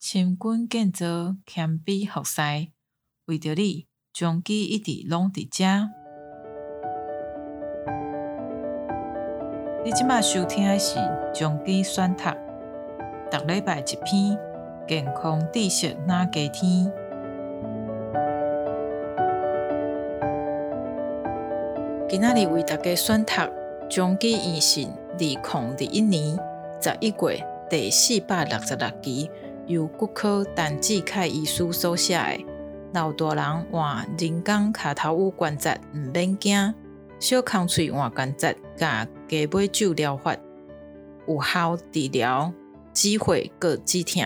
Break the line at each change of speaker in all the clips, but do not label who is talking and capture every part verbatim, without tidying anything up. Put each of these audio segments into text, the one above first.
深耕建造，谦卑服侍，为着你，将记一直拢伫遮。你即马收听的是将记选读，逐礼拜一篇健康知识哪加天。今仔日为大家选读将记医信二零二一年十一月第四百六十六期，由骨科陈志凯医师所写的《老大人换人工脚头趺关节毋免惊，小空喙换关节甲鸡尾酒疗法有效治疗止血佮止痛》。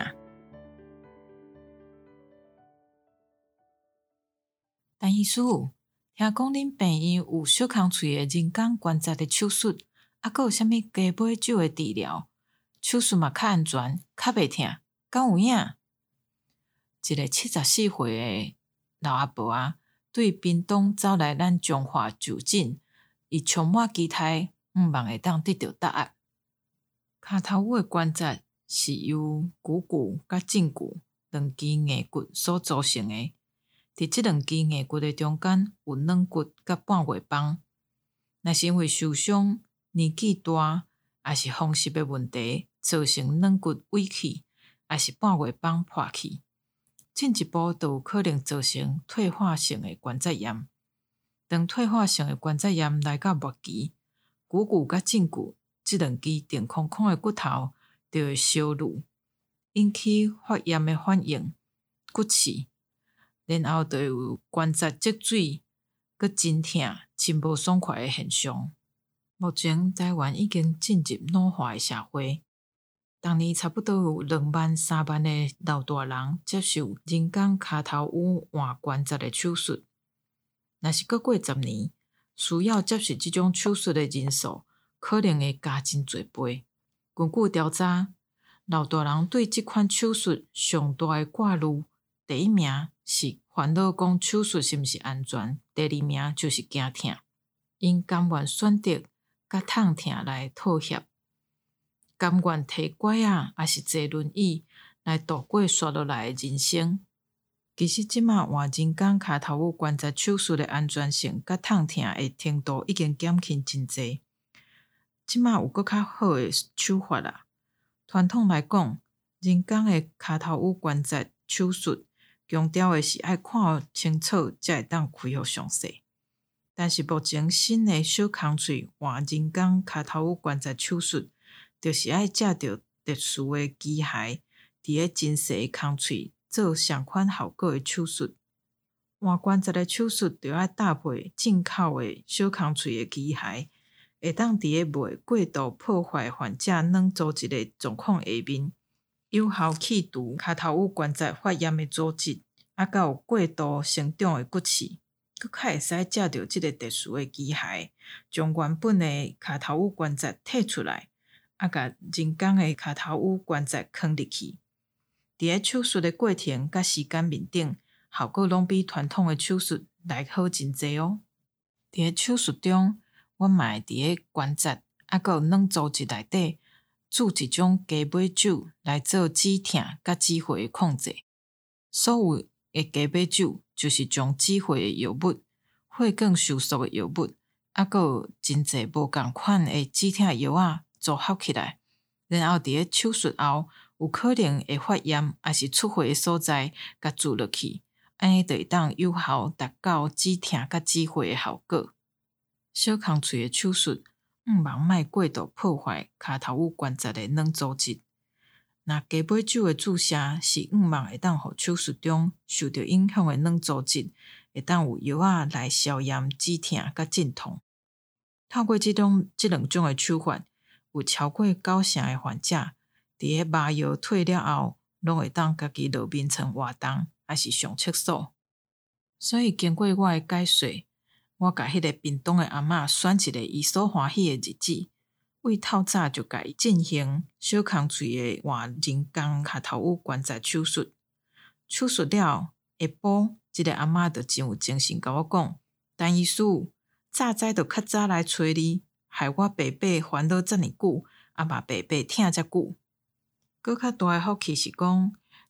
陈医师，听讲恁病院有小空喙的人工关节的手术，啊，佮有啥物鸡尾酒的治疗，手术嘛较安全，较袂痛，敢有影？一个七十四岁的老阿婆啊，对屏东走来咱彰化就诊，伊充满期待，毋望会当得到答案。骹头趺的关节是由股骨甲胫骨两支硬骨所组成的。伫即两支硬骨的中间有软骨甲半月板。若是因为受伤、年纪大，还是风湿的问题，造成软骨萎去，还是半月板破去，进一步就有可能造成退化性的关节炎。当退化性的关节炎来到末期，股骨甲胫骨即两支电空空的骨头就会烧愈，引起发炎的反应、骨刺，然后就有关节积水、佮真痛、真无爽快的现象。目前台湾已经进入老化的社会，当年差不多有两万、三万的老大人接受人工脚头趺换关节的手术。若是佮过十年，需要接受这种手术的人数可能会加真侪倍。根据调查，老大人对这款手术上大的挂虑，第一名是烦恼讲手术是毋是安全，第二名就是惊痛。因甘愿选择甲痛痛来妥协，甘愿摕拐仔还是坐轮椅来度过续落来的人生。其实即马换人工脚头趺关节手术的安全性甲痛痛的程度已经减轻真侪。即马有搁较好的手法啦。传统来讲，人工的脚头趺关节手术强调的是爱看清楚才会当开互详细。但是目前新的小空喙换人工脚头趺关节手术，就是爱借着特殊的机械，伫咧真细的空喙做上款效果的手术。换关节的手术就要搭配进口的小空喙的机械，会当伫咧未过度破坏患者软组织的状况下面，有效去除脚头趺关节发炎的组织，啊，甲有过度生长的骨刺。佮较会使借着即个特殊的机械，将原本的脚头趺关节摕出来，啊，甲人工的脚头趺关节放入去。伫咧手术的过程甲时间面顶，效果拢比传统的手术来好真侪哦。伫咧手术中，我嘛会伫咧关节啊，佮有软组织内底注一种鸡尾酒来做止痛甲止血的控制。所谓的鸡尾酒，就是将止血的药物、血管收缩的药物，啊，佮有真侪无共款的止痛药仔组合起来，然后伫咧手术后有可能会发炎还是出血的所在，甲注落去，安尼就会当有效达到止痛甲止血的效果。小空喙的手术，毋望莫过度破坏脚头趺关节的软组织。那鸡尾酒的注射是毋望会当互手术中受到影响的软组织，会当有药仔来消炎、止痛甲镇痛。透过这种这两种的手法，有超过九成的患者，伫咧麻药退了后，拢会当家己落眠床活动，还是上厕所。所以经过我的解说，我甲迄个屏东的阿嬷选一个伊所欢喜的日子。为透早就甲伊进行小空喙的换人工脚头趺关节手术。手术了下晡，即个阿嬷就真有精神甲我讲：“陈医师，早知就较早来找你，害我白白烦恼遮尔久，啊嘛白白疼遮久。”搁较大的福气是讲，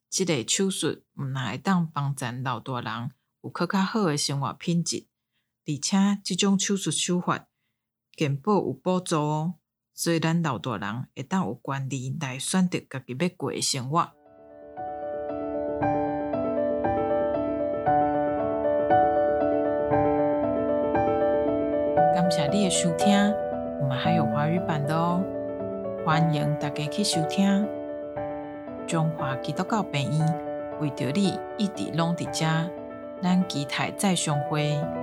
即个手术毋但会当帮助老大人有更较好诶生活品质，而且即种手术手法健保有补助哦，所以咱老大人会当有权利来选择家己要过诶生活。感谢你的收听，我们还有华语版的哦，欢迎大家去收听。中华基督教病院为着你一直拢伫遮，咱期待再相会。